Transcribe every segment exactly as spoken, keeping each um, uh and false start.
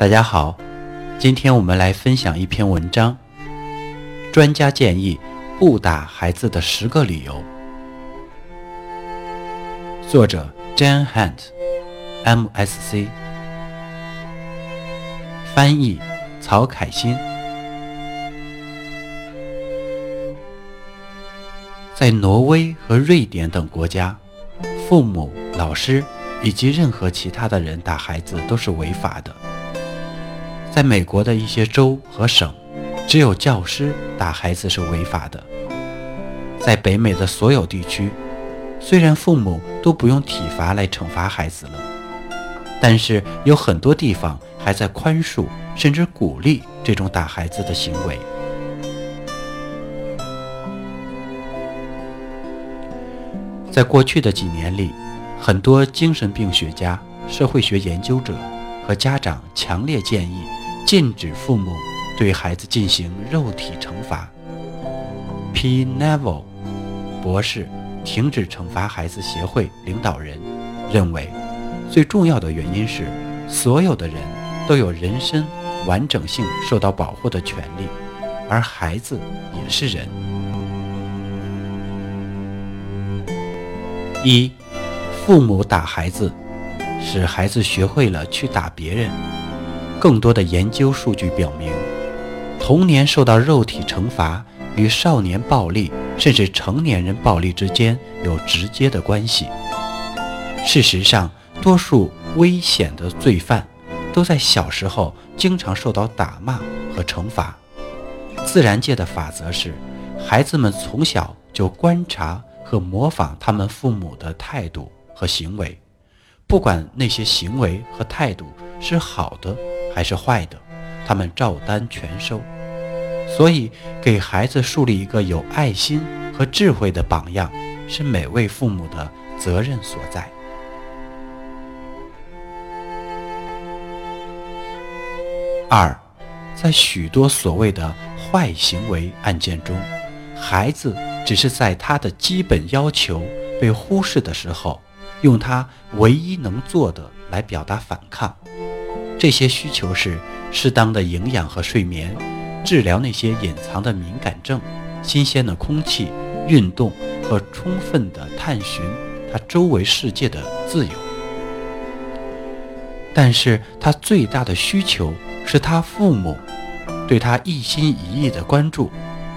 大家好，今天我们来分享一篇文章，专家建议不打孩子的十个理由。作者 Jane Hunt M S C， 翻译曹凯欣。在挪威和瑞典等国家，父母、老师以及任何其他的人打孩子都是违法的。在美国的一些州和省，只有教师打孩子是违法的。在北美的所有地区，虽然父母都不用体罚来惩罚孩子了，但是有很多地方还在宽恕甚至鼓励这种打孩子的行为。在过去的几年里，很多精神病学家、社会学研究者和家长强烈建议禁止父母对孩子进行肉体惩罚。P. Neville 博士，停止惩罚孩子协会领导人，认为最重要的原因是所有的人都有人身完整性受到保护的权利，而孩子也是人。一，父母打孩子，使孩子学会了去打别人。更多的研究数据表明，童年受到肉体惩罚与少年暴力甚至成年人暴力之间有直接的关系。事实上，多数危险的罪犯都在小时候经常受到打骂和惩罚。自然界的法则是，孩子们从小就观察和模仿他们父母的态度和行为，不管那些行为和态度是好的还是坏的，他们照单全收。所以给孩子树立一个有爱心和智慧的榜样，是每位父母的责任所在。二，在许多所谓的坏行为案件中，孩子只是在他的基本要求被忽视的时候，用他唯一能做的来表达反抗。这些需求是适当的营养和睡眠，治疗那些隐藏的敏感症，新鲜的空气，运动和充分的探寻他周围世界的自由。但是他最大的需求是他父母对他一心一意的关注。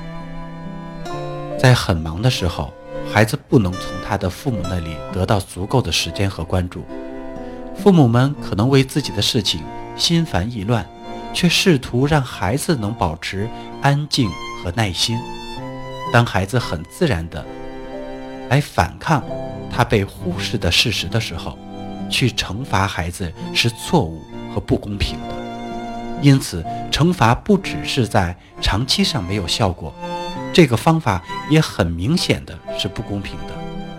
在很忙的时候，孩子不能从他的父母那里得到足够的时间和关注。父母们可能为自己的事情心烦意乱，却试图让孩子能保持安静和耐心。当孩子很自然地来反抗他被忽视的事实的时候，去惩罚孩子是错误和不公平的。因此，惩罚不只是在长期上没有效果，这个方法也很明显的是不公平的。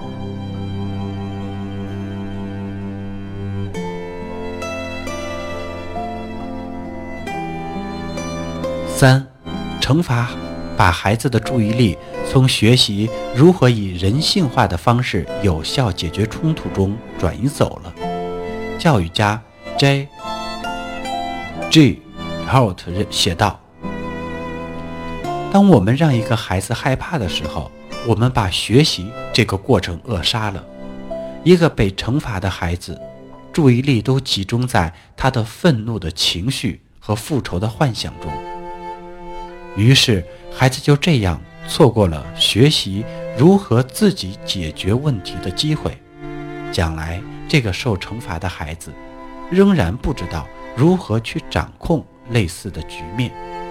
三，惩罚把孩子的注意力从学习如何以人性化的方式有效解决冲突中转移走了。教育家 J. G. Holt 写道，当我们让一个孩子害怕的时候，我们把学习这个过程扼杀了。一个被惩罚的孩子，注意力都集中在他的愤怒的情绪和复仇的幻想中，于是孩子就这样错过了学习如何自己解决问题的机会。将来这个受惩罚的孩子仍然不知道如何去掌控类似的局面。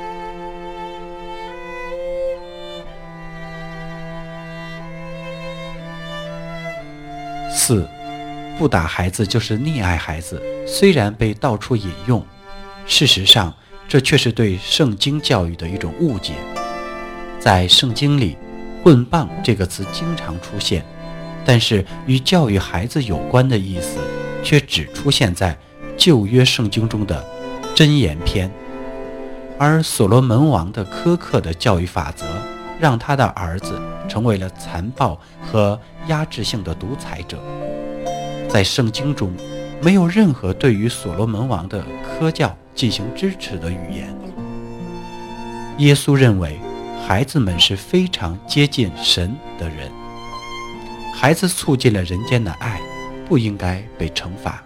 四，不打孩子就是溺爱孩子，虽然被到处引用，事实上这却是对圣经教育的一种误解。在圣经里，棍棒这个词经常出现，但是与教育孩子有关的意思却只出现在旧约圣经中的箴言篇。而所罗门王的苛刻的教育法则让他的儿子成为了残暴和压制性的独裁者。在圣经中，没有任何对于所罗门王的苛教进行支持的语言。耶稣认为孩子们是非常接近神的人，孩子促进了人间的爱，不应该被惩罚。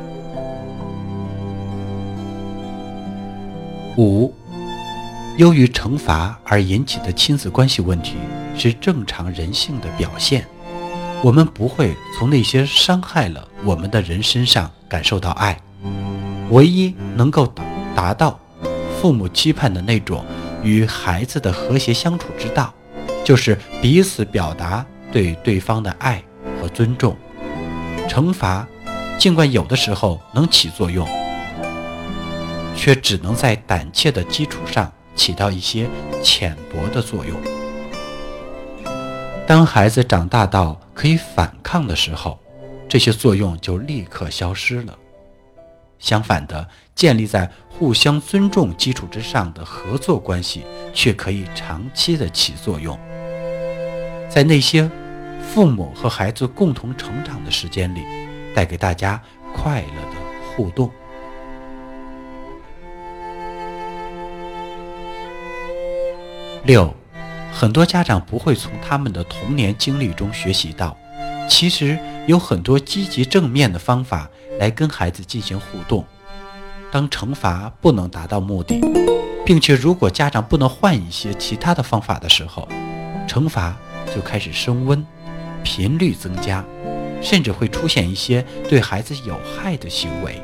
五，由于惩罚而引起的亲子关系问题是正常人性的表现，我们不会从那些伤害了我们的人身上感受到爱。唯一能够达到父母期盼的那种与孩子的和谐相处之道，就是彼此表达对对方的爱和尊重。惩罚尽管有的时候能起作用，却只能在胆怯的基础上起到一些浅薄的作用。当孩子长大到可以反抗的时候，这些作用就立刻消失了。相反的，建立在互相尊重基础之上的合作关系却可以长期的起作用。在那些父母和孩子共同成长的时间里，带给大家快乐的互动。六，很多家长不会从他们的童年经历中学习到，其实有很多积极正面的方法来跟孩子进行互动。当惩罚不能达到目的，并且如果家长不能换一些其他的方法的时候，惩罚就开始升温，频率增加，甚至会出现一些对孩子有害的行为。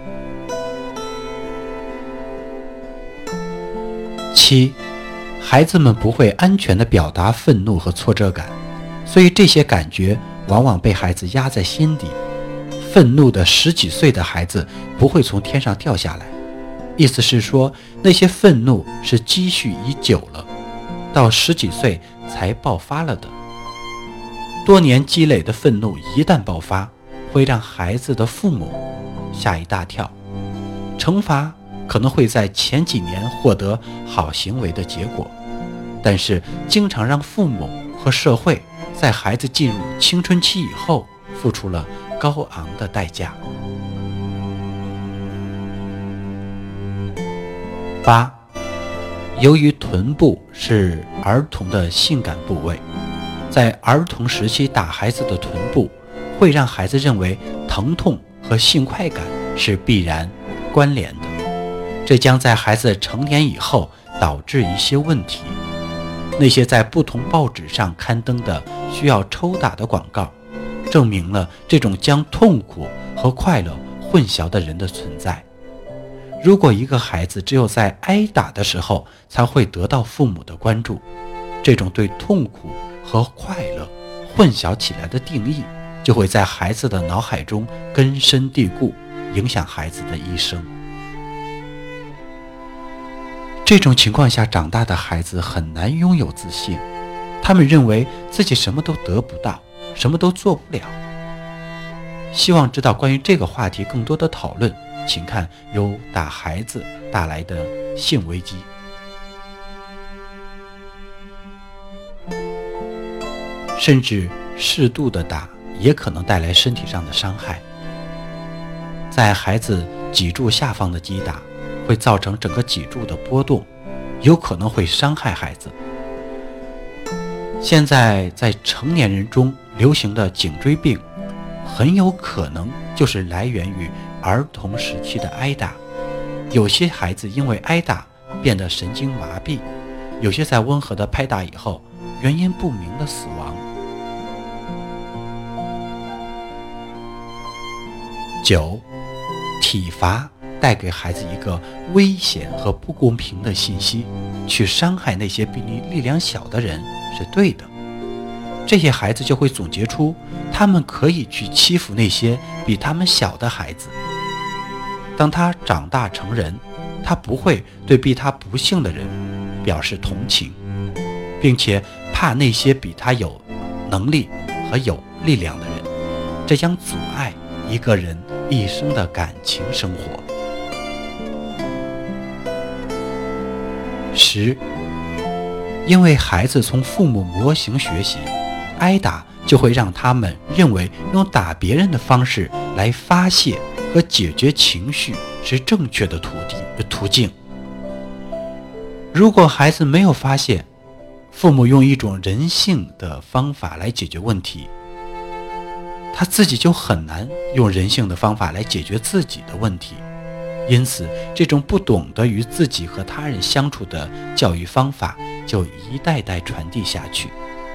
七，孩子们不会安全地表达愤怒和挫折感，所以这些感觉往往被孩子压在心底。愤怒的十几岁的孩子不会从天上掉下来，意思是说，那些愤怒是积蓄已久了，到十几岁才爆发了的。多年积累的愤怒一旦爆发，会让孩子的父母吓一大跳。惩罚可能会在前几年获得好行为的结果，但是经常让父母和社会在孩子进入青春期以后付出了高昂的代价。八，由于臀部是儿童的性感部位，在儿童时期打孩子的臀部，会让孩子认为疼痛和性快感是必然关联的，这将在孩子成年以后导致一些问题。那些在不同报纸上刊登的需要抽打的广告，证明了这种将痛苦和快乐混淆的人的存在。如果一个孩子只有在挨打的时候才会得到父母的关注，这种对痛苦和快乐混淆起来的定义，就会在孩子的脑海中根深蒂固，影响孩子的一生。这种情况下长大的孩子很难拥有自信，他们认为自己什么都得不到，什么都做不了。希望知道关于这个话题更多的讨论，请看由打孩子带来的性危机。甚至适度的打也可能带来身体上的伤害。在孩子脊柱下方的击打会造成整个脊柱的波动，有可能会伤害孩子。现在在成年人中流行的颈椎病，很有可能就是来源于儿童时期的挨打。有些孩子因为挨打变得神经麻痹，有些在温和的拍打以后原因不明的死亡。九，体罚带给孩子一个危险和不公平的信息，去伤害那些比你力量小的人是对的。这些孩子就会总结出他们可以去欺负那些比他们小的孩子。当他长大成人，他不会对比他不幸的人表示同情，并且怕那些比他有能力和有力量的人，这将阻碍一个人一生的感情生活。十，因为孩子从父母模型学习，挨打就会让他们认为用打别人的方式来发泄和解决情绪是正确的途径。 途径。如果孩子没有发现父母用一种人性的方法来解决问题，他自己就很难用人性的方法来解决自己的问题。因此，这种不懂得与自己和他人相处的教育方法就一代代传递下去。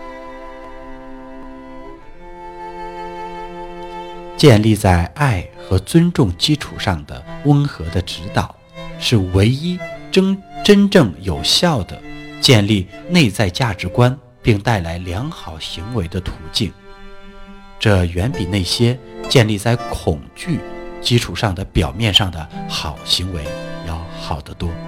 建立在爱和尊重基础上的温和的指导，是唯一真真正有效的建立内在价值观并带来良好行为的途径。这远比那些建立在恐惧基础上的表面上的好行为要好得多。